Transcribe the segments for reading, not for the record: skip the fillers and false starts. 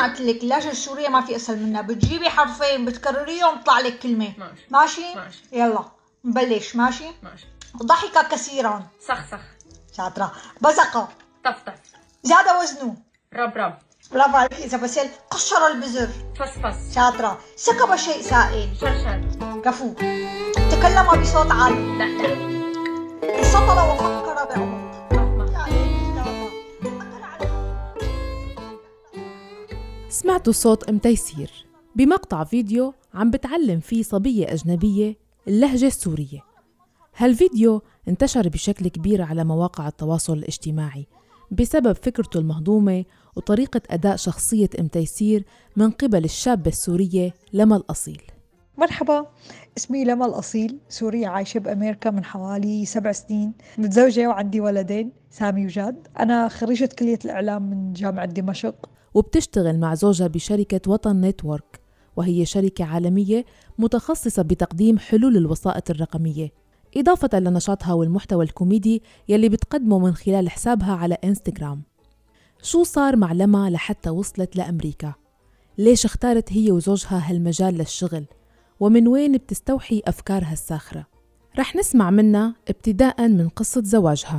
ما قلت لك اللهجة السورية ما في أسهل منها، بتجيبي حرفين بتكرريهم طلع لك كلمة. ماشي؟ يلا نبلش. ماشي. ضحك كثيرا. صخ. شاطرة. بزقة. طف. زاد وزنه. رب. برافو عليك. إذا بسل قشر البزر. فص. شاطرة. سكب شيء سائل. شرشر. كفو. تكلم بصوت عالي. لا. سطر وفكر بعمق. سمعتوا صوت أم تيسير بمقطع فيديو عم بتعلم فيه صبية أجنبية اللهجة السورية. هالفيديو انتشر بشكل كبير على مواقع التواصل الاجتماعي بسبب فكرته المهضومة وطريقة أداء شخصية أم تيسير من قبل الشابة السورية لما الأصيل. مرحبا، اسمي لما الأصيل، سورية عايشة بأمريكا من حوالي 7 سنين، متزوجة وعندي ولدين سامي وجاد. أنا خريجة كلية الإعلام من جامعة دمشق، وبتشتغل مع زوجها بشركة وطن نتورك، وهي شركة عالمية متخصصة بتقديم حلول الوسائط الرقمية، إضافة لنشاطها والمحتوى الكوميدي يلي بتقدمه من خلال حسابها على إنستغرام. شو صار مع لما لحتى وصلت لأمريكا؟ ليش اختارت هي وزوجها هالمجال للشغل؟ ومن وين بتستوحي أفكارها الساخرة؟ رح نسمع منها ابتداء من قصة زواجها.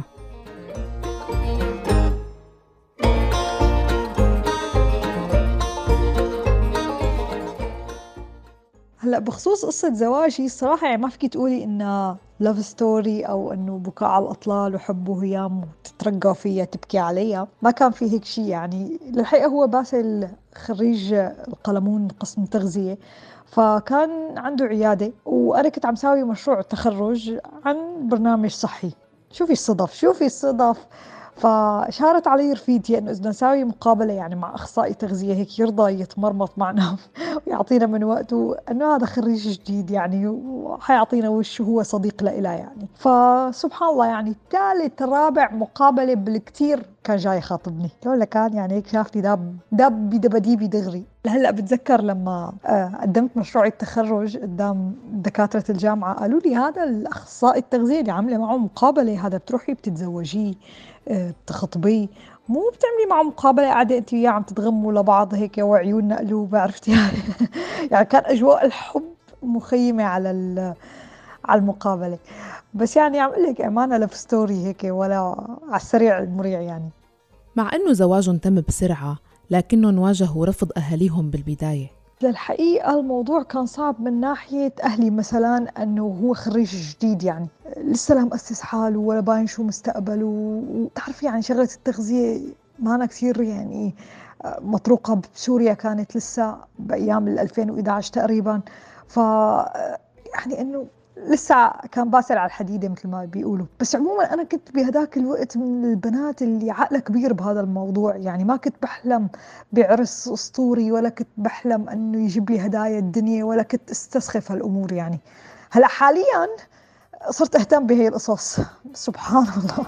هلأ بخصوص قصة زواجي الصراحة يعني ما فيك تقولي إنها لاف ستوري أو إنه بكاء على الأطلال وحب وهيام وتترقى فيها تبكي عليها، ما كان في هيك شيء. يعني للحقيقة هو باسل خريج القلمون قسم تغذية، فكان عنده عيادة وأنا كنت عم ساوي مشروع تخرج عن برنامج صحي. شوفي الصدف فشارت علي رفيقتي انه اذا نساوي مقابله يعني مع اخصائي تغذيه هيك يرضى يتمرمط معنا ويعطينا من وقته، انه هذا خريج جديد يعني وحيعطينا وش هو صديق لإله يعني. فسبحان الله يعني ثالث رابع مقابله بالكثير كان جاي خاطبني، لولا كان يعني هيك شافني داب بدبديبي دغري. هلا بتذكر لما قدمت مشروع التخرج قدام دكاتره الجامعه قالوا لي هذا الاخصائي التغذيه اللي عامله معه مقابله هذا بتروحي بتتزوجيه بتخطبيه، مو بتعملي معه مقابله قاعده انت وياه عم تتغموا لبعض هيك وعيوننا قلوب، عرفتي يعني كان اجواء الحب مخيمه على المقابله. بس يعني عم اقول لك امانه لاف ستوري هيك ولا على السريع المريع يعني. مع انه زواجهم تم بسرعه لكنهم واجهوا رفض اهاليهم بالبدايه. للحقيقة الموضوع كان صعب من ناحية أهلي، مثلا أنه هو خريج جديد يعني لسه لا مؤسس حاله ولا باين شو مستقبله، وتعرفي يعني شغلة التغذية ما أنا كثير يعني مطروقة بسوريا، كانت لسه بأيام 2011 تقريبا، يعني أنه لسه كان باسل على الحديدة مثل ما بيقولوا. بس عموما أنا كنت بهداك الوقت من البنات اللي عقلها كبير بهذا الموضوع، يعني ما كنت بحلم بعرس أسطوري ولا كنت بحلم أنه يجيب لي هدايا الدنيا ولا كنت استسخف هالأمور يعني. هلأ حاليا صرت أهتم بهي القصص سبحان الله.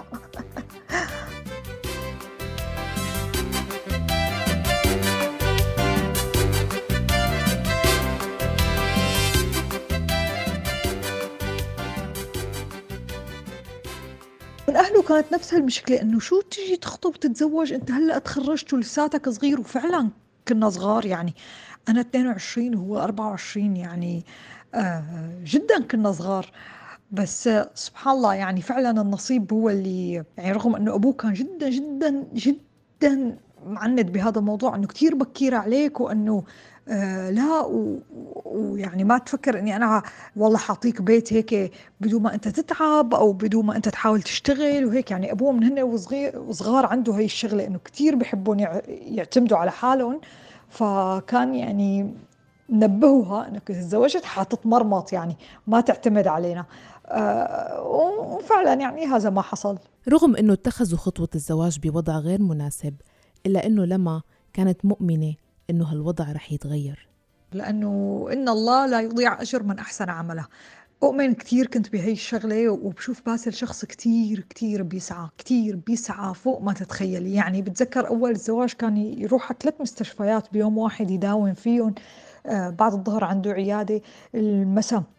من أهله كانت نفس هالمشكلة، إنه شو تيجي تخطب تتزوج أنت هلأ تخرجت ولساتك صغير، وفعلا كنا صغار يعني أنا 22 وهو 24 يعني جدا كنا صغار. بس سبحان الله يعني فعلا النصيب هو اللي يعني رغم أنه أبوه كان جدا جدا جدا معند بهذا الموضوع، أنه كتير بكير عليك وأنه لا ويعني ما تفكر اني انا والله حاعطيك بيت هيك بدون ما انت تتعب او بدون ما انت تحاول تشتغل وهيك. يعني ابوه من هن وصغار عنده هاي الشغله انه كتير بيحبون يعتمدوا على حالهم، فكان يعني نبهوها انك اذا تزوجت حتتمرمط يعني ما تعتمد علينا. وفعلا يعني هذا ما حصل. رغم انه اتخذوا خطوه الزواج بوضع غير مناسب، الا انه لما كانت مؤمنه إنه هالوضع رح يتغير، لأنه إن الله لا يضيع أجر من أحسن عمله. أؤمن كتير كنت بهي الشغلة، وبشوف باسل شخص كتير بيسعى فوق ما تتخيلي. يعني بتذكر أول الزواج كان يروح 3 مستشفيات بيوم واحد يداوم فيهم، بعد الظهر عنده عيادة، المساء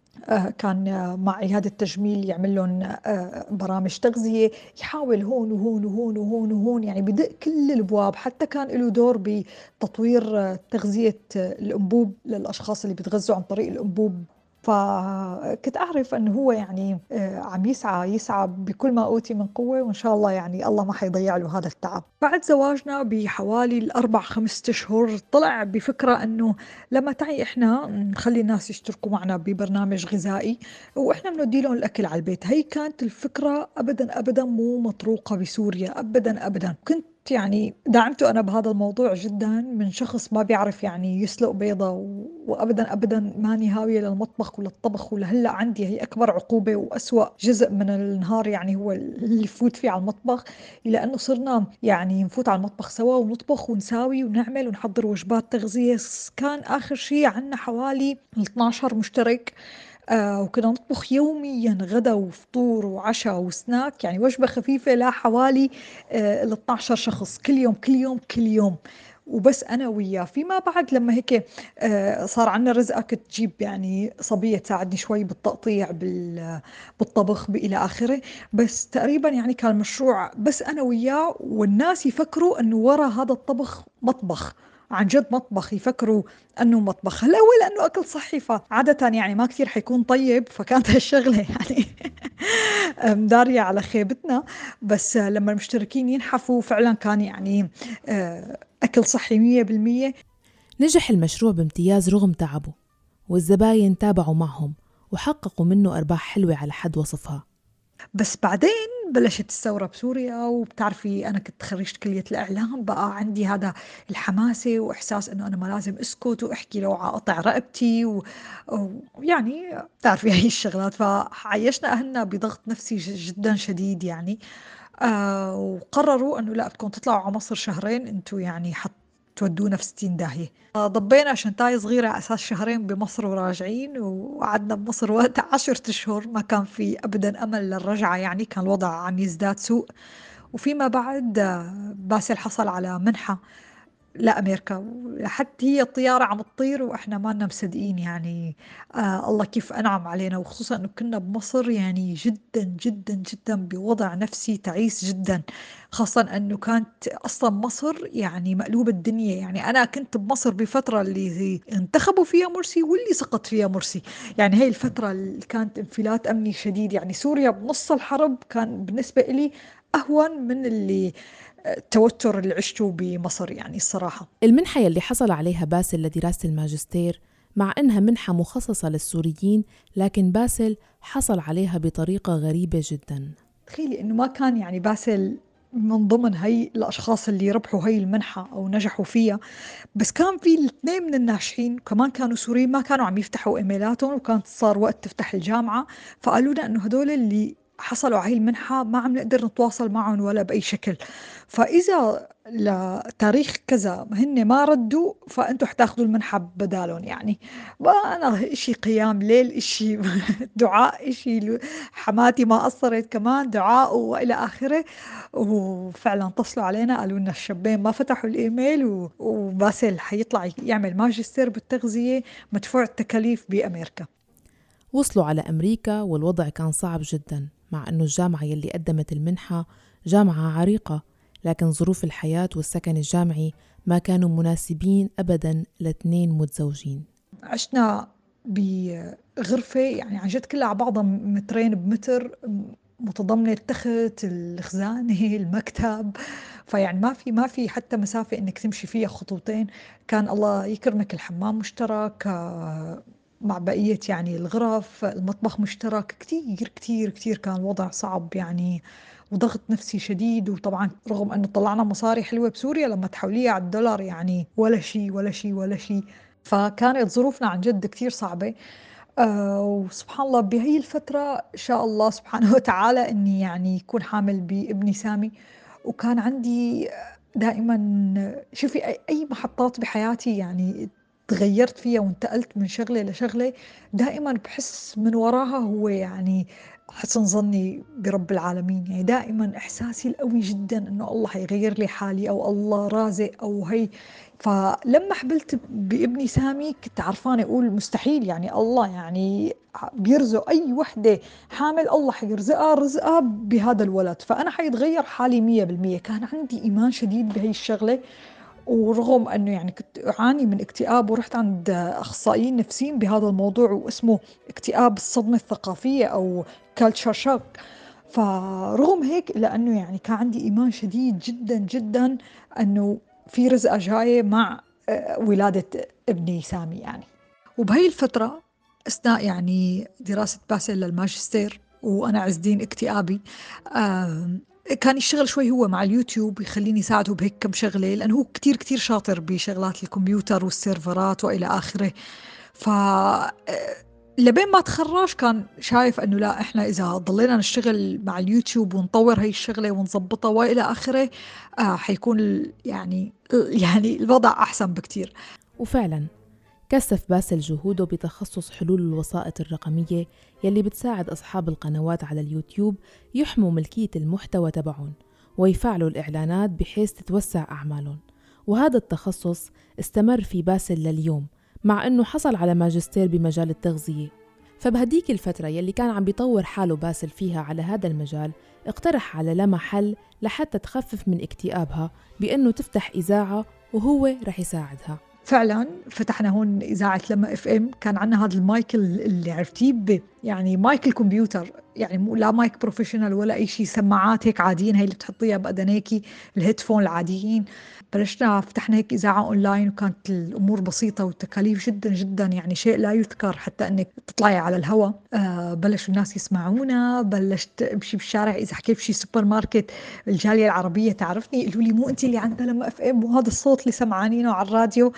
كان مع عيادة تجميل يعمل لهم برامج تغذية، يحاول هون وهون وهون وهون وهون، يعني بدق كل الابواب. حتى كان له دور بتطوير تغذية الانبوب للاشخاص اللي بيتغذوا عن طريق الانبوب. فكنت أعرف أنه هو يعني عم يسعى بكل ما أوتي من قوة، وإن شاء الله يعني الله ما حيضيع له هذا التعب. بعد زواجنا بحوالي 4-5 أشهر طلع بفكرة أنه لما تعي إحنا نخلي الناس يشتركوا معنا ببرنامج غذائي وإحنا بنودي لهم الأكل على البيت. هي كانت الفكرة أبدا أبدا مو مطروقة بسوريا أبدا أبدا. كنت يعني دعمته أنا بهذا الموضوع جدا من شخص ما بيعرف يعني يسلق بيضة، وأبدا أبدا ماني هاوية للمطبخ وللطبخ، ولهلأ عندي هي أكبر عقوبة وأسوأ جزء من النهار يعني هو اللي فوت فيه على المطبخ. لأنه صرنا يعني نفوت على المطبخ سوا ونطبخ ونساوي ونعمل ونحضر وجبات تغذية. كان آخر شيء عنا حوالي 12 مشترك. وكنا نطبخ يوميا غدا وفطور وعشاء وسناك، يعني وجبة خفيفة لحوالي ال 12 شخص كل يوم كل يوم كل يوم، وبس أنا وياه. فيما بعد لما هيك صار عنا رزقة، كنت تجيب يعني صبية تساعدني شوي بالتقطيع بالطبخ إلى آخره. بس تقريبا يعني كان مشروع بس أنا وياه، والناس يفكروا أنه ورا هذا الطبخ مطبخ، عن جد مطبخ، يفكروا أنه مطبخ. هلا هو لأنه أكل صحي فعادة يعني ما كثير حيكون طيب، فكانت هالشغلة يعني مدارية على خيبتنا. بس لما المشتركين ينحفوا فعلا كان يعني أكل صحي 100%. نجح المشروع بامتياز رغم تعبه، والزباين تابعوا معهم وحققوا منه أرباح حلوة على حد وصفها. بس بعدين بلشت الثورة بسوريا، وبتعرفي أنا كنت خريجة كلية الإعلام، بقى عندي هذا الحماسة وإحساس أنه أنا ما لازم أسكت وأحكي لو أقطع رقبتي ويعني بتعرفي هاي الشغلات. فعيشنا أهلنا بضغط نفسي جدا شديد يعني. وقرروا أنه لا، بدكم تطلعوا على مصر شهرين، أنتوا يعني تودونا في 60 داهية. ضبينا شنطاي صغيرة على أساس شهرين بمصر وراجعين، وقعدنا بمصر وقت 10 أشهر. ما كان في أبدا أمل للرجعة، يعني كان الوضع عم يزداد سوء. وفيما بعد باسل حصل على منحة لأمريكا، حتى هي الطيارة عم تطير وإحنا ما لنا مصدقين يعني. الله كيف أنعم علينا، وخصوصا أنه كنا بمصر يعني جدا جدا جدا بوضع نفسي تعيس جدا، خاصة أنه كانت أصلا مصر يعني مقلوب الدنيا. يعني أنا كنت بمصر بفترة اللي انتخبوا فيها مرسي واللي سقط فيها مرسي، يعني هي الفترة اللي كانت انفلات أمني شديد. يعني سوريا بنص الحرب كان بالنسبة إلي أهون من التوتر اللي عشته بمصر يعني الصراحة. المنحة يلي حصل عليها باسل لدراسة الماجستير، مع إنها منحة مخصصة للسوريين، لكن باسل حصل عليها بطريقة غريبة جدا. تخيلي إنه ما كان يعني باسل من ضمن هي الأشخاص اللي ربحوا هي المنحة أو نجحوا فيها، بس كان في الاثنين من الناجحين كمان كانوا سوريين، ما كانوا عم يفتحوا إيميلاتهم، وكانت صار وقت تفتح الجامعة، فقالوا لنا إنه هدول اللي حصلوا على هي المنحة ما عم نقدر نتواصل معهم ولا بأي شكل، فإذا لتاريخ كذا هن ما ردوا فأنتوا حتاخذوا المنحة بدالهم. يعني بقى أنا إشي قيام ليل، إشي دعاء، إشي حماتي ما قصرت كمان دعاء وإلى آخره. وفعلا اتصلوا علينا قالوا لنا الشابين ما فتحوا الإيميل، وباسل حيطلع يعمل ماجستير بالتغذية مدفوع التكاليف بأمريكا. وصلوا على أمريكا والوضع كان صعب جدا، مع أنه الجامعة يلي قدمت المنحة جامعة عريقة، لكن ظروف الحياة والسكن الجامعي ما كانوا مناسبين أبدا لاثنين متزوجين. عشنا بغرفة يعني عن جد كلها على بعضها مترين بمتر، متضمنة التخت، الخزانة، المكتب، فيعني ما في حتى مسافة انك تمشي فيها خطوتين. كان الله يكرمك الحمام مشترك مع بقية يعني الغرف، المطبخ مشترك، كتير كتير كتير كان الوضع صعب يعني، وضغط نفسي شديد. وطبعا رغم انه طلعنا مصاري حلوة بسوريا، لما تحوليها على الدولار يعني ولا شيء ولا شيء ولا شيء. فكانت ظروفنا عن جد كتير صعبة. وسبحان الله بهي الفترة شاء الله سبحانه وتعالى إني يعني يكون حامل بابني سامي. وكان عندي دائما، شوفي أي محطات بحياتي يعني تغيرت فيها وانتقلت من شغلة لشغلة، دائما بحس من وراها هو يعني حسن ظني برب العالمين. يعني دائما إحساسي القوي جدا إنه الله هيغير لي حالي أو الله رازق أو هي. فلما حبلت بابني سامي كنت عرفانة أقول مستحيل، يعني الله يعني بيرزق أي وحدة حامل، الله حيرزقها رزقها بهذا الولد، فأنا حيتغير حالي 100%. كان عندي إيمان شديد بهي الشغلة. ورغم أنه يعني كنت أعاني من اكتئاب ورحت عند أخصائيين نفسيين بهذا الموضوع واسمه اكتئاب الصدمة الثقافية أو culture shock. فرغم هيك إلا أنه يعني كان عندي إيمان شديد جدا جدا أنه في رزقة جاية مع ولادة ابني سامي يعني. وبهي الفترة أثناء يعني دراسة باسل للماجستير وأنا عز دين اكتئابي، كان يشتغل شوي هو مع اليوتيوب يخليني ساعده بهيك كم شغلة، لأنه هو كتير كتير شاطر بشغلات الكمبيوتر والسيرفرات وإلى آخره. ف لبين ما تخرج كان شايف أنه لا، إحنا إذا ضلينا نشتغل مع اليوتيوب ونطور هاي الشغلة ونظبطها وإلى آخره حيكون يعني الوضع أحسن بكتير. وفعلاً كثف باسل جهوده بتخصص حلول الوسائط الرقمية يلي بتساعد أصحاب القنوات على اليوتيوب يحموا ملكية المحتوى تبعهم ويفعلوا الإعلانات بحيث تتوسع أعمالهم. وهذا التخصص استمر في باسل لليوم، مع أنه حصل على ماجستير بمجال التغذية. فبهديك الفترة يلي كان عم بيطور حاله باسل فيها على هذا المجال، اقترح على لما حل لحتى تخفف من اكتئابها بأنه تفتح إذاعة وهو رح يساعدها. فعلا فتحنا هون إذاعة لما اف ام. كان عندنا هذا المايك اللي عرفتيه يعني مايك الكمبيوتر، يعني لا مايك بروفيشنال ولا أي شيء، سماعات هيك عاديين هي اللي بتحطيها بأذنيكي، الهيدفون العاديين. بلشنا فتحنا هيك إذاعة أونلاين وكانت الأمور بسيطة والتكاليف جدا جدا يعني شيء لا يذكر حتى أنك تطلعي على الهواء. بلشوا الناس يسمعونا، بلشت أمشي بالشارع إذا حكيت بشي سوبر ماركت الجالية العربية تعرفني يقولوا لي مو أنت اللي عندها لما اف ام وهذا الصوت اللي سمعانينه على الراديو.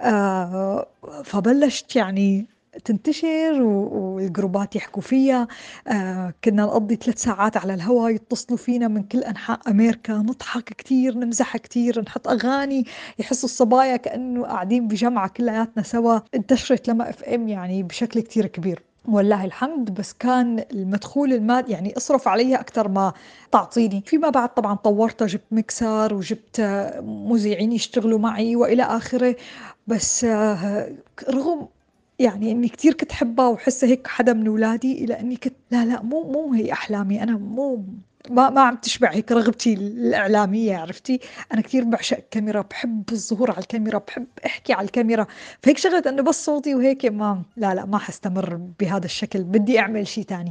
فبلشت يعني تنتشر والجروبات يحكوا فيها. كنا نقضي 3 ساعات على الهواء، يتصلوا فينا من كل أنحاء أمريكا، نضحك كتير، نمزح كتير، نحط أغاني، يحسوا الصبايا كأنه قاعدين بجمعة كلياتنا سوا. انتشرت لما اف ام يعني بشكل كتير كبير والله الحمد. بس كان المدخول المادي يعني أصرف عليها أكثر ما تعطيني. فيما بعد طبعا طورتها، جبت ميكسر وجبت مذيعين يشتغلوا معي وإلى آخره. بس رغم يعني إني كتير كنت حبها وحسها هيك حدا من أولادي، إلى إني كنت لا مو هي أحلامي. أنا ما عم تشبع هيك رغبتي الإعلامية، عرفتي؟ أنا كتير بعشق الكاميرا، بحب الظهور على الكاميرا، بحب أحكي على الكاميرا. فهيك شغلت إنه بس صوتي وهيك ما حستمر بهذا الشكل، بدي أعمل شيء تاني.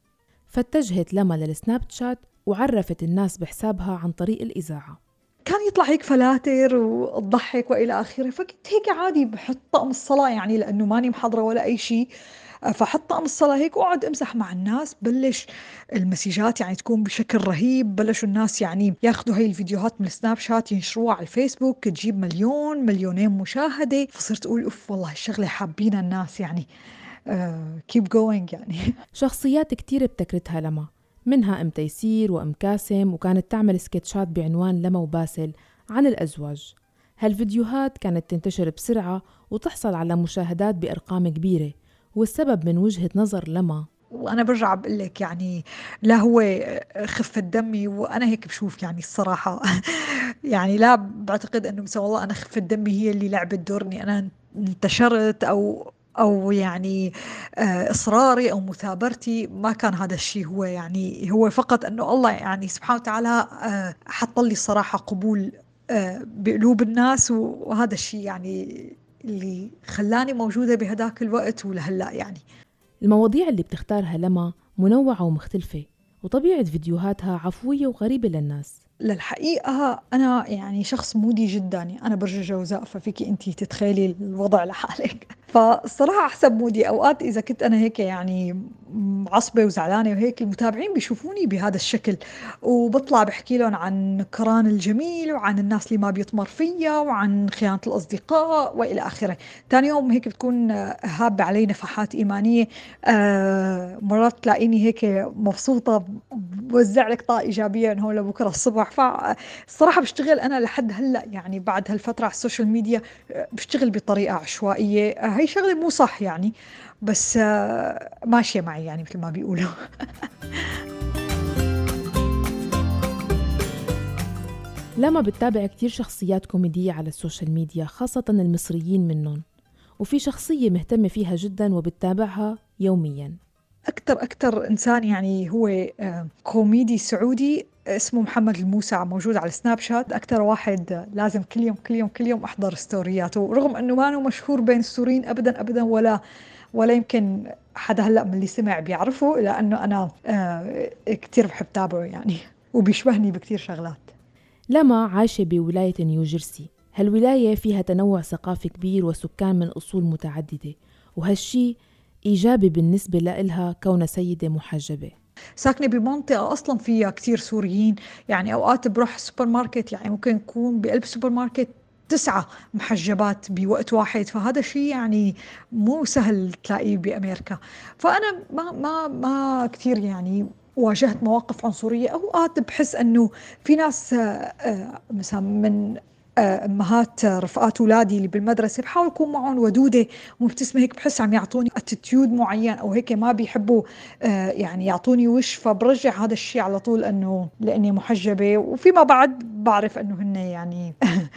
فاتجهت لما للسناب شات وعرفت الناس بحسابها عن طريق الإذاعة. كان يطلع هيك فلاتر وتضحك وإلى آخره، فكنت هيك عادي بحط طقم الصلاة يعني لأنه ماني محضرة ولا أي شيء، فحط طقم الصلاة هيك وقعد امزح مع الناس. بلش المسيجات يعني تكون بشكل رهيب، بلشوا الناس يعني ياخذوا هاي الفيديوهات من السناب شات ينشروها على الفيسبوك، تجيب 1,000,000 مشاهدة. فصرت أقول أوف والله الشغلة حابينها الناس يعني keep going يعني. شخصيات كتير ابتكرتها لما، منها أم تيسير وأم كاسم، وكانت تعمل سكتشات بعنوان لما وباسل عن الأزواج. هالفيديوهات كانت تنتشر بسرعة وتحصل على مشاهدات بأرقام كبيرة، والسبب من وجهة نظر لما. وأنا برجع بقول لك يعني لا هو خفة دمي، وأنا هيك بشوف يعني الصراحة يعني لا بعتقد أنه بس والله أنا خفة دمي هي اللي لعبت دور إني أنا انتشرت أو يعني إصراري أو مثابرتي. ما كان هذا الشيء، هو يعني هو فقط أنه الله يعني سبحانه وتعالى حط لي الصراحة قبول بقلوب الناس، وهذا الشيء يعني اللي خلاني موجودة بهداك الوقت ولهلأ يعني. المواضيع اللي بتختارها لما منوعة ومختلفة، وطبيعة فيديوهاتها عفوية وغريبة للناس. للحقيقة أنا يعني شخص مودي جدا، يعني أنا برج جوزاء، ففيكي أنتي تتخيلي الوضع لحالك. فالصراحة حسب مودي، أوقات إذا كنت أنا هيك يعني عصبة وزعلانة وهيك المتابعين بيشوفوني بهذا الشكل، وبطلع بحكي لهم عن كران الجميل وعن الناس اللي ما بيطمر فيها وعن خيانة الأصدقاء وإلى آخره. تاني يوم هيك بتكون هابة علي نفحات إيمانية. مرات تلاقيني هيك مبسوطة، بوزع لك طاقة إيجابية من هون لبكرة الصبح، الموضوع. فالصراحة بشتغل أنا لحد هلأ يعني بعد هالفترة على السوشيال ميديا بشتغل بطريقة عشوائية. هي شغلة مو صح يعني، بس ماشية معي يعني مثل ما بيقولوا. لما بتتابع كتير شخصيات كوميدية على السوشيال ميديا، خاصة المصريين منهم، وفي شخصية مهتمة فيها جدا وبتتابعها يوميا. أكتر إنسان يعني هو كوميدي سعودي اسمه محمد الموسى، موجود على سناب شات. أكتر واحد لازم كل يوم أحضر ستورياته، رغم أنه ما هو مشهور بين السوريين أبدا أبدا، ولا يمكن حدا هلأ من اللي سمع بيعرفه، لأنه أنا كتير بحب تابعه يعني، وبيشبهني بكتير شغلات. لما عايشة بولاية نيوجيرسي، هالولاية فيها تنوع ثقافي كبير وسكان من أصول متعددة، وهالشي إيجابي بالنسبة لإلها كونها سيدة محجبة. ساكنة بمنطقة أصلا فيها كتير سوريين، يعني أوقات بروح سوبر ماركت، يعني ممكن يكون بقلب سوبر ماركت 9 محجبات بوقت واحد، فهذا شيء يعني مو سهل تلاقيه بأمريكا. فأنا ما كتير يعني واجهت مواقف عنصرية. أوقات بحس أنه في ناس مثلا من أمهات رفقات أولادي اللي بالمدرسة بحاول أكون معهم ودودة ومبتسمة، هيك بحس عم يعطوني اتيتيود معين أو هيك ما بيحبوا يعني يعطوني وش، فبرجع هذا الشيء على طول أنه لأني محجبة. وفيما بعد بعرف أنه هن يعني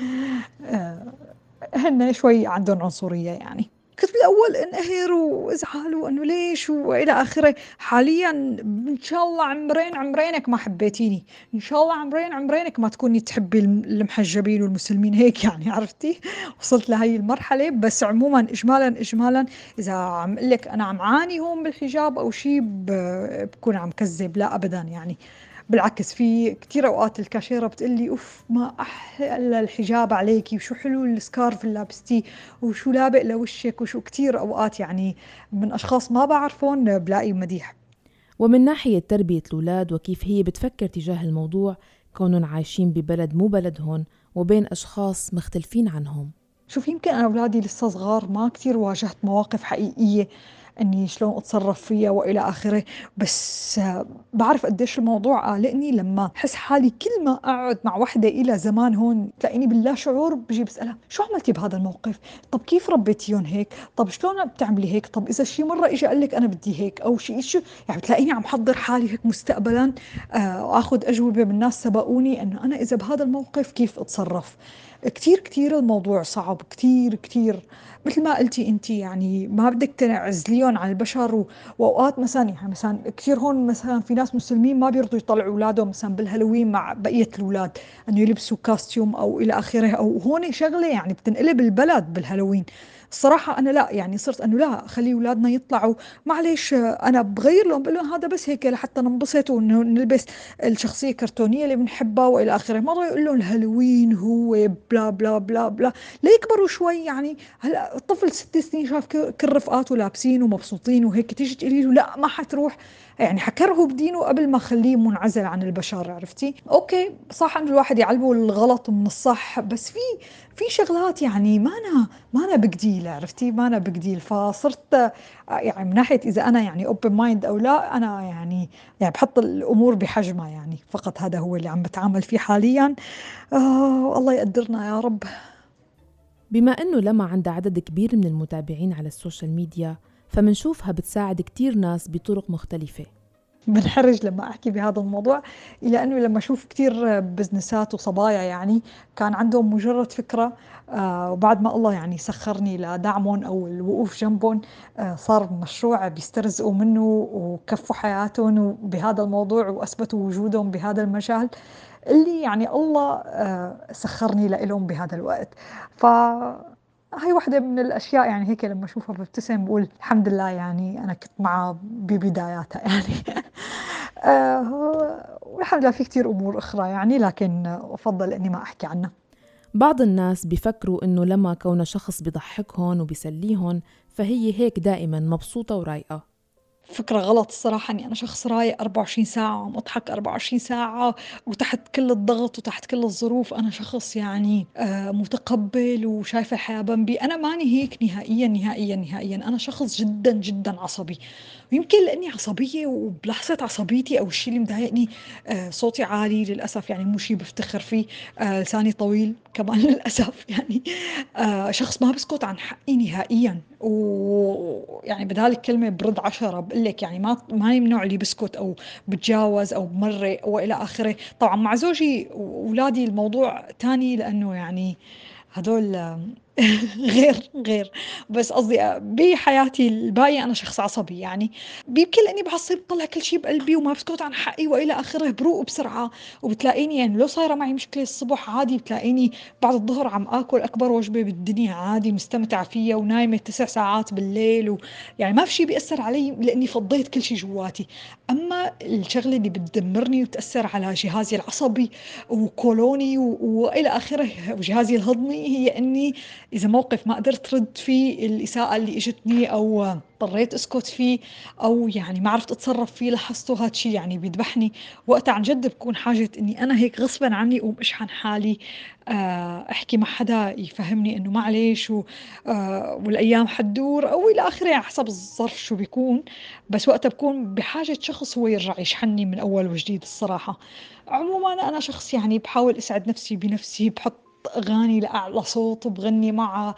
هن شوي عندهم عنصرية يعني. كنت بالأول انقهر وازعل وأنه ليش وإلى آخره. حاليا إن شاء الله عمرينك ما حبيتيني، إن شاء الله عمرينك ما تكوني تحبي المحجبين والمسلمين، هيك يعني عرفتي. وصلت لهي المرحلة. بس عموما إجمالا إذا عم قلك أنا عم عاني هون بالحجاب أو شيء بكون عم كذب، لا أبدا يعني. بالعكس في كتير أوقات الكاشيرة بتقلي أوف ما أحلى الحجاب عليكي، وشو حلو السكارف اللي لابستيه، وشو لابق لوشك، وشو كتير أوقات يعني من أشخاص ما بعرفون بلاقي مديح. ومن ناحية تربية الأولاد وكيف هي بتفكر تجاه الموضوع، كونهم عايشين ببلد مو بلدهم وبين أشخاص مختلفين عنهم. شوف، يمكن أنا أولادي لسه صغار، ما كتير واجهت مواقف حقيقية أني شلون أتصرف فيها وإلى آخره. بس بعرف قديش الموضوع قلقني لما أحس حالي كل ما أقعد مع وحدة إلى زمان هون تلاقيني باللا شعور بجي بسألها شو عملتي بهذا الموقف؟ طب كيف ربيتيهم هيك؟ طب شلون بتعملي هيك؟ طب إذا شي مرة إجا قال لك أنا بدي هيك أو شيء شو، يعني بتلاقيني عم حضر حالي هيك مستقبلا وأخذ أجوبة من ناس سبقوني أنه أنا إذا بهذا الموقف كيف أتصرف. كتير الموضوع صعب كتير مثل ما قلتي انت، يعني ما بدك تعزليهم عن البشر واوقات مثلا يعني مثلا كثير هون مثلا في ناس مسلمين ما بيرضوا يطلعوا اولادهم مثلا بالهالوين مع بقيه الاولاد انه يلبسوا كاستيوم او الى اخره، او هون شغله يعني بتنقلب البلد بالهالوين. الصراحة أنا لا، يعني صرت أنه لا، خلي أولادنا يطلعوا معلش. أنا بغير لهم بقول لهم هذا بس هيك لحتى ننبسط ونلبس الشخصية الكرتونية اللي بنحبها وإلى آخره. ما ضل يقول لهم الهالوين هو بلا بلا بلا بلا ليكبروا شوي. يعني هلا الطفل 6 سنين شاف كل رفقاته لابسين ومبسوطين وهيك، تيجي تقولي له لا ما حتروح، يعني حكرهه بدينه قبل ما خليه منعزل عن البشر. عرفتي؟ اوكي صح انه الواحد يعلمه الغلط من الصح، بس في شغلات يعني ما أنا بجديل. عرفتي؟ ما أنا بجديل. فصرت يعني من ناحية إذا أنا يعني open mind أو لا، أنا يعني بحط الأمور بحجمها يعني. فقط هذا هو اللي عم بتعامل فيه حاليا. الله يقدرنا يا رب. بما أنه لما عندها عدد كبير من المتابعين على السوشيال ميديا، فمنشوفها بتساعد كتير ناس بطرق مختلفة. بنحرج لما أحكي بهذا الموضوع، إلى أنه لما أشوف كتير بزنسات وصبايا يعني كان عندهم مجرد فكرة، وبعد ما الله يعني سخرني لدعمهم أو الوقوف جنبهم، صار مشروع بيسترزقوا منه وكفوا حياتهم بهذا الموضوع وأثبتوا وجودهم بهذا المجال اللي يعني الله سخرني لهم بهذا الوقت. هاي واحدة من الأشياء يعني هيك لما أشوفها ببتسم بقول الحمد لله، يعني أنا كنت معها ببداياتها يعني. والحمد لله في كتير أمور أخرى يعني، لكن أفضل أني ما أحكي عنها. بعض الناس بيفكروا إنه لما كون شخص بيضحكهم وبيسليهم فهي هيك دائما مبسوطة ورايقة. فكرة غلط الصراحة، أني أنا شخص رايق 24 ساعة وعم أضحك 24 ساعة وتحت كل الضغط وتحت كل الظروف أنا شخص يعني متقبل وشايف الحياة بنبي. أنا ماني هيك نهائيا. أنا شخص جدا عصبي، ويمكن لأني عصبية وبلحظة عصبيتي أو الشيء اللي مضايقني صوتي عالي للأسف، يعني مو شيء بفتخر فيه. لساني طويل كمان للأسف، يعني شخص ما بسكت عن حقي نهائيا، ويعني بدال الكلمة برد 10 بقول لك، يعني ماني من النوع اللي بسكت أو بتجاوز أو بمرق وإلى آخره. طبعا مع زوجي وأولادي الموضوع تاني، لأنه يعني هدول غير. بس قصدي بحياتي الباقية أنا شخص عصبي، يعني يمكن لأني بعصب بطلع كل شيء بقلبي وما بسكت عن حقي وإلى آخره، بروق بسرعة. وبتلاقيني يعني لو صايرة معي مشكلة الصبح عادي بتلاقيني بعد الظهر عم آكل أكبر وجبة بالدنيا عادي، مستمتعة فيها ونايمة 9 ساعات بالليل، يعني ما في شيء بيأثر علي لأني فضيت كل شيء جواتي. أما الشغلة اللي بتدمرني وتأثر على جهازي العصبي وكولوني وإلى آخره وجهازي الهضمي، هي أني إذا موقف ما قدرت رد فيه الإساءة اللي إجتني، أو اضطريت أسكت فيه، أو يعني ما عرفت أتصرف فيه، لاحظته هاد شيء يعني بيذبحني. وقتها عن جد بكون حاجة إني أنا هيك غصبا عني أقوم أشحن حالي، أحكي مع حدا يفهمني إنه معليش والأيام حتدور أو إلى آخره، يعني حسب الظرف شو بيكون. بس وقتها بكون بحاجة شخص هو يرجع يشحنني من أول وجديد الصراحة. عموما أنا شخص يعني بحاول أسعد نفسي بنفسي، بحط أغاني لأعلى صوت وبغني معها.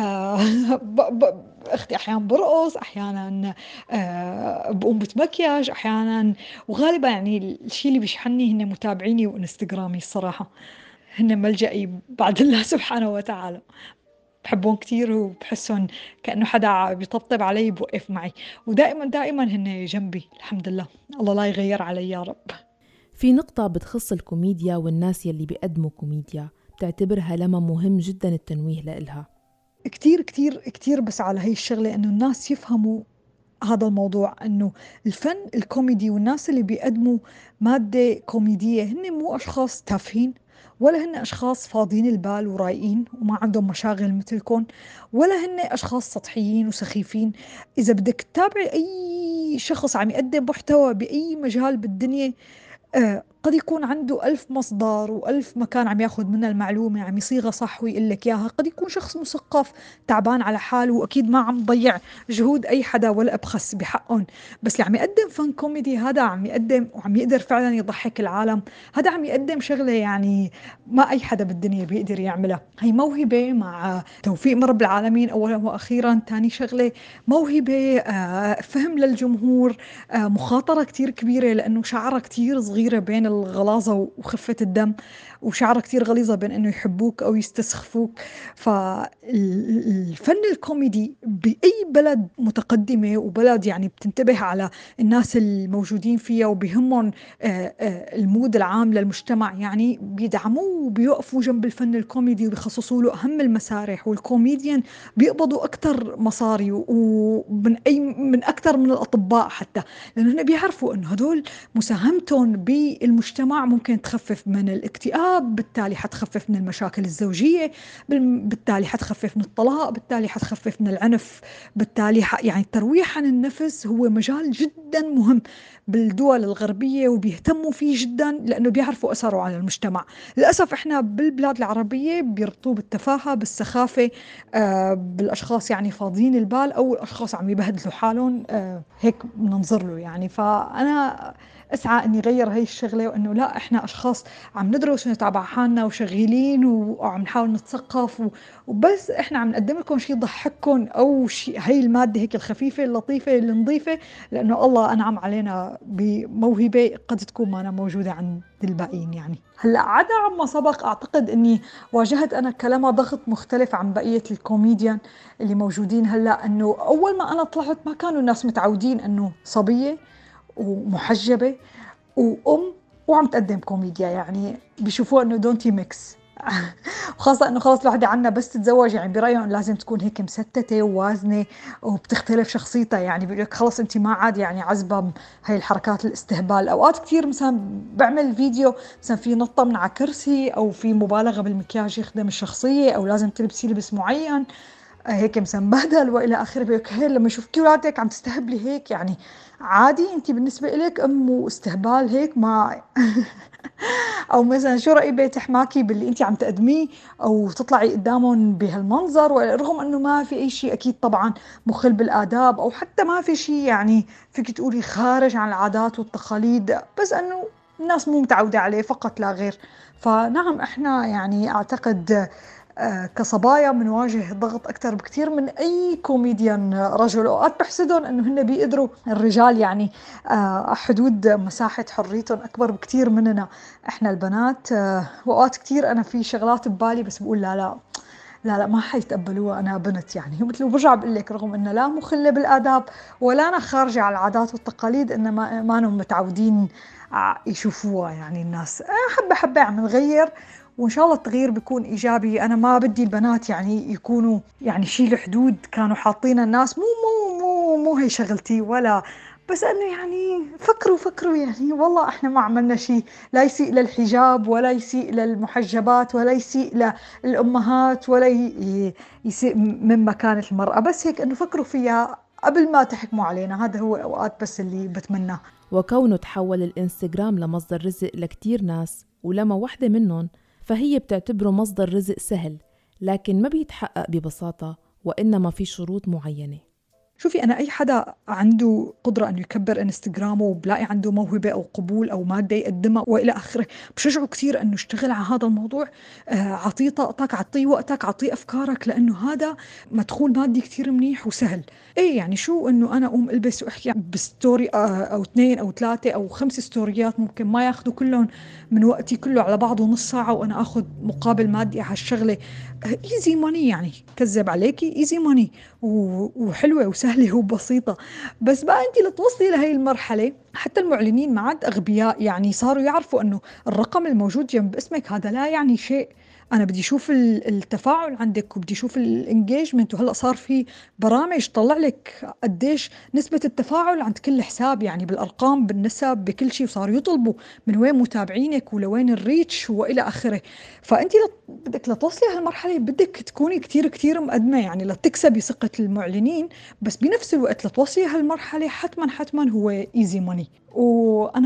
أختي أحيانا برقص، أحيانا بقوم بتمكياج أحيانا. وغالبا يعني الشيء اللي بيشحنني هن متابعيني وإنستغرامي الصراحة، هن ملجئي بعد الله سبحانه وتعالى. بحبهم كتير وبحسهم كأنه حدا بيطبطب علي بوقف معي، ودائما هن جنبي الحمد لله. الله لا يغير علي يا رب. في نقطة بتخص الكوميديا والناس يلي بيقدموا كوميديا بتعتبرها لما مهم جدا التنويه لإلها. كتير كتير كتير بس على هاي الشغلة إنه الناس يفهموا هذا الموضوع، إنه الفن الكوميدي والناس اللي بيقدموا مادة كوميدية هن مو أشخاص تافهين، ولا هن أشخاص فاضيين البال ورايقين وما عندهم مشاغل مثلكم، ولا هن أشخاص سطحيين وسخيفين. إذا بدك تتابعي أي شخص عم يقدم محتوى بأي مجال بالدنيا، قد يكون عنده 1000 مصدر و1000 مكان عم ياخذ منها المعلومة، عم يصيغها صح ويقول لك إياها. قد يكون شخص مثقف تعبان على حاله، وأكيد ما عم ضيع جهود أي حدا ولا أبخس بحقهم. بس اللي عم يقدم فن كوميدي هذا عم يقدم وعم يقدر فعلا يضحك العالم. هذا عم يقدم شغلة يعني ما أي حدا بالدنيا بيقدر يعملها. هي موهبة مع توفيق من رب العالمين أولا وأخيرا. تاني شغلة موهبة، فهم للجمهور، مخاطرة كتير كبيرة، لأنه شعرة كتير صغيرة بين الغلاظة وخفة الدم، وشعرة كتير غليظة بين أنه يحبوك أو يستسخفوك. فالفن الكوميدي بأي بلد متقدمة وبلد يعني بتنتبه على الناس الموجودين فيها وبهمهم المود العام للمجتمع، يعني بيدعموه وبيوقفوا جنب الفن الكوميدي وبيخصصوا له أهم المسارح. والكوميديان بيقبضوا أكتر مصاري من أكتر من الأطباء حتى، لأنه بيعرفوا أنه هدول مساهمتهم بالمجتمع ممكن تخفف من الاكتئاب، بالتالي حتخفف من المشاكل الزوجية، بالتالي حتخفف من الطلاق، بالتالي حتخفف من العنف، بالتالي يعني الترويح عن النفس هو مجال جدا مهم بالدول الغربية وبيهتموا فيه جدا، لأنه بيعرفوا أثره على المجتمع. للأسف إحنا بالبلاد العربية بيربطوه بالتفاهة، بالسخافة، بالأشخاص يعني فاضيين البال أو الأشخاص عم يبهدلوا حالهم، هيك بننظر له يعني. فأنا أسعى أني غير هاي الشغلة، وأنه لا، إحنا أشخاص عم ندرس ونتابع حالنا وشغيلين وعم نحاول نتثقف وبس إحنا عم نقدم لكم شيء يضحككم أو شيء، هاي المادة هيك الخفيفة اللطيفة النظيفة، لأنه الله أنعم علينا بموهبة قد تكون ما أنا موجودة عند الباقيين. يعني هلأ عدا عما سبق، أعتقد أني واجهت أنا كلمة ضغط مختلف عن بقية الكوميديان اللي موجودين هلأ. أنه أول ما أنا طلعت ما كانوا الناس متعودين أنه صبية ومحجبة وأم وعم تقدم كوميديا، يعني بيشوفوها أنه دونتي ميكس. وخاصة أنه خلاص الواحدة عنا بس تتزوج يعني برأيهم لازم تكون هيك مستتة ووازنة وبتختلف شخصيتها، يعني بيقول لك خلاص أنت ما عاد يعني عزبة هاي الحركات الاستهبال. أوقات كتير مثلا بعمل فيديو مثلا في نطة من على كرسي أو في مبالغة بالمكياج يخدم الشخصية أو لازم تلبسي لبس معين، هيك مسنبدل وإلى آخره. بيقولك هي لما يشوفك أولادك عم تستهبلي هيك يعني عادي أنت بالنسبة إليك أم واستهبال هيك ما أو مثلا شو رأي بيت حماكي باللي أنت عم تقدميه أو تطلعي قدامهم بهالمنظر، رغم أنه ما في أي شيء أكيد طبعا مخل بالآداب أو حتى ما في شيء يعني فيك تقولي خارج عن العادات والتقاليد، بس أنه الناس مو متعودة عليه فقط لا غير. فنعم إحنا يعني أعتقد كصبايا بنواجه ضغط أكثر بكثير من أي كوميديان رجل. أوقات بحسدهم أنه هن بيقدروا الرجال يعني حدود مساحة حريتهم أكبر بكثير مننا إحنا البنات. وأوقات كثير أنا في شغلات ببالي بس بقول لا لا لا لا ما حيتقبلوها أنا بنت يعني. مثل برجع بقول لك رغم أنه لا مخلة بالآداب ولا أنا خارجة على العادات والتقاليد، إنما ما نهم متعودين يشوفوها يعني الناس. حبة حبة عم نغير وإن شاء الله التغيير بيكون إيجابي. أنا ما بدي البنات يعني يكونوا يعني شيل حدود كانوا حاطين الناس، مو هي شغلتي ولا، بس أنه يعني فكروا يعني والله إحنا ما عملنا شيء لا يسيء للحجاب ولا يسيء للمحجبات ولا يسيء للأمهات ولا يسيء من مكانة المرأة، بس هيك أنه فكروا فيها قبل ما تحكموا علينا. هذا هو أوقات بس اللي بتمناه. وكونه تحول الإنستغرام لمصدر رزق لكتير ناس ولما واحدة منهم فهي بتعتبره مصدر رزق سهل، لكن ما بيتحقق ببساطة وإنما في شروط معينة. شوفي أنا أي حدا عنده قدرة أنه يكبر إنستغرامه وبلاقي عنده موهبة أو قبول أو مادة يقدمها وإلى آخره بشجعه كثير أنه اشتغل على هذا الموضوع. عطيه طاقتك، عطيه وقتك، عطيه أفكارك، لأنه هذا مدخول مادي كثير منيح وسهل. إيه يعني شو أنه أنا أقوم ألبس وأحكي بستوري أو 2 أو 3 أو 5 ستوريات ممكن ما ياخدوا كلهم من وقتي كله على بعضه نص ساعة وأنا أخذ مقابل مادي على هالشغلة. إيزي ماني يعني كذب عليكي، إيزي ماني وحلوة وسهلة وبسيطة. بس بقى أنت لتوصلي لهي المرحلة حتى المعلنين ما عاد أغبياء يعني صاروا يعرفوا أنه الرقم الموجود جنب اسمك هذا لا يعني شيء. أنا بدي أشوف التفاعل عندك وبدي أشوف الانجيجمنت، وهلأ صار في برامج طلع لك قديش نسبة التفاعل عند كل حساب يعني بالأرقام بالنسب بكل شيء، وصاروا يطلبوا من وين متابعينك ولوين الريتش وإلى آخره. فأنت بدك لتوصلي هالمرحلة بدك تكوني كتير كتير مقدمة يعني لتكسبي ثقة المعلنين، بس بنفس الوقت لتوصلي هالمرحلة حتما هو ايزي ماني. وأنا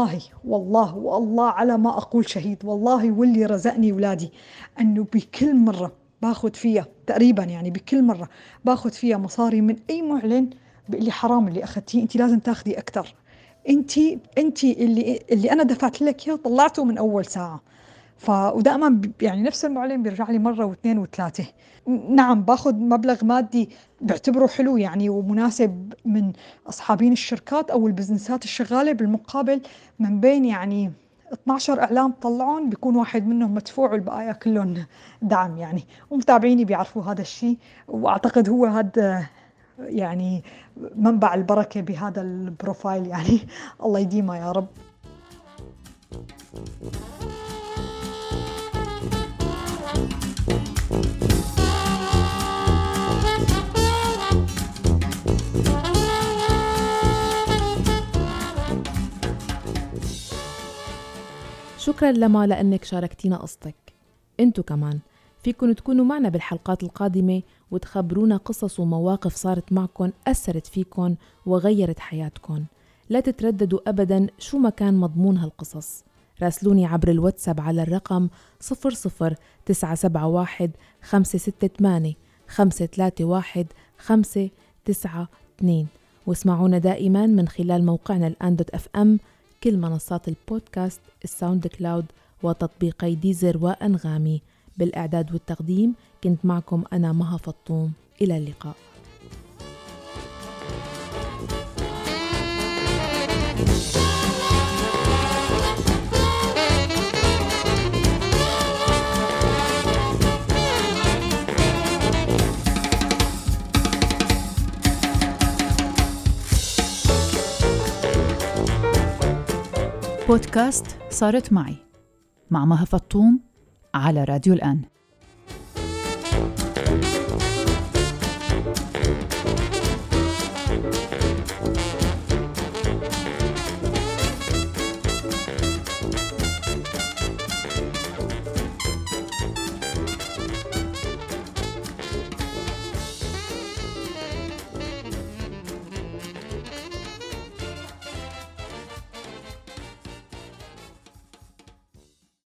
والله على ما أقول شهيد والله واللي رزقني ولادي أنه بكل مرة باخد فيها تقريبا يعني بكل مرة باخد فيها مصاري من أي معلن بيقول لي حرام اللي أخذتيه، أنت لازم تاخدي أكتر، أنت اللي أنا دفعت لك إياه طلعته من أول ساعة. ودائما يعني نفس المعلن بيرجع لي مرة واثنين وثلاثة. نعم باخذ مبلغ مادي بعتبره حلو يعني ومناسب من أصحابين الشركات أو البزنسات الشغالة، بالمقابل من بين يعني 12 إعلان طلعون بيكون واحد منهم مدفوع والبقايا كلهم دعم يعني، ومتابعيني بيعرفوا هذا الشيء. وأعتقد هو هذا يعني منبع البركة بهذا البروفايل يعني الله يديمه يا رب. شكرا لما لأنك شاركتينا قصتك. انتو كمان فيكن تكونوا معنا بالحلقات القادمة وتخبرونا قصص ومواقف صارت معكن أثرت فيكن وغيرت حياتكن. لا تترددوا أبدا شو ما كان مضمون هالقصص. راسلوني عبر الواتساب على الرقم 00971 568 531 592 واسمعونا دائما من خلال موقعنا الآن.fm، كل منصات البودكاست، الساوند كلاود وتطبيقي ديزر وأنغامي. بالإعداد والتقديم كنت معكم أنا مها فطوم. إلى اللقاء. بودكاست صارت معي مع مها فطوم على راديو الآن.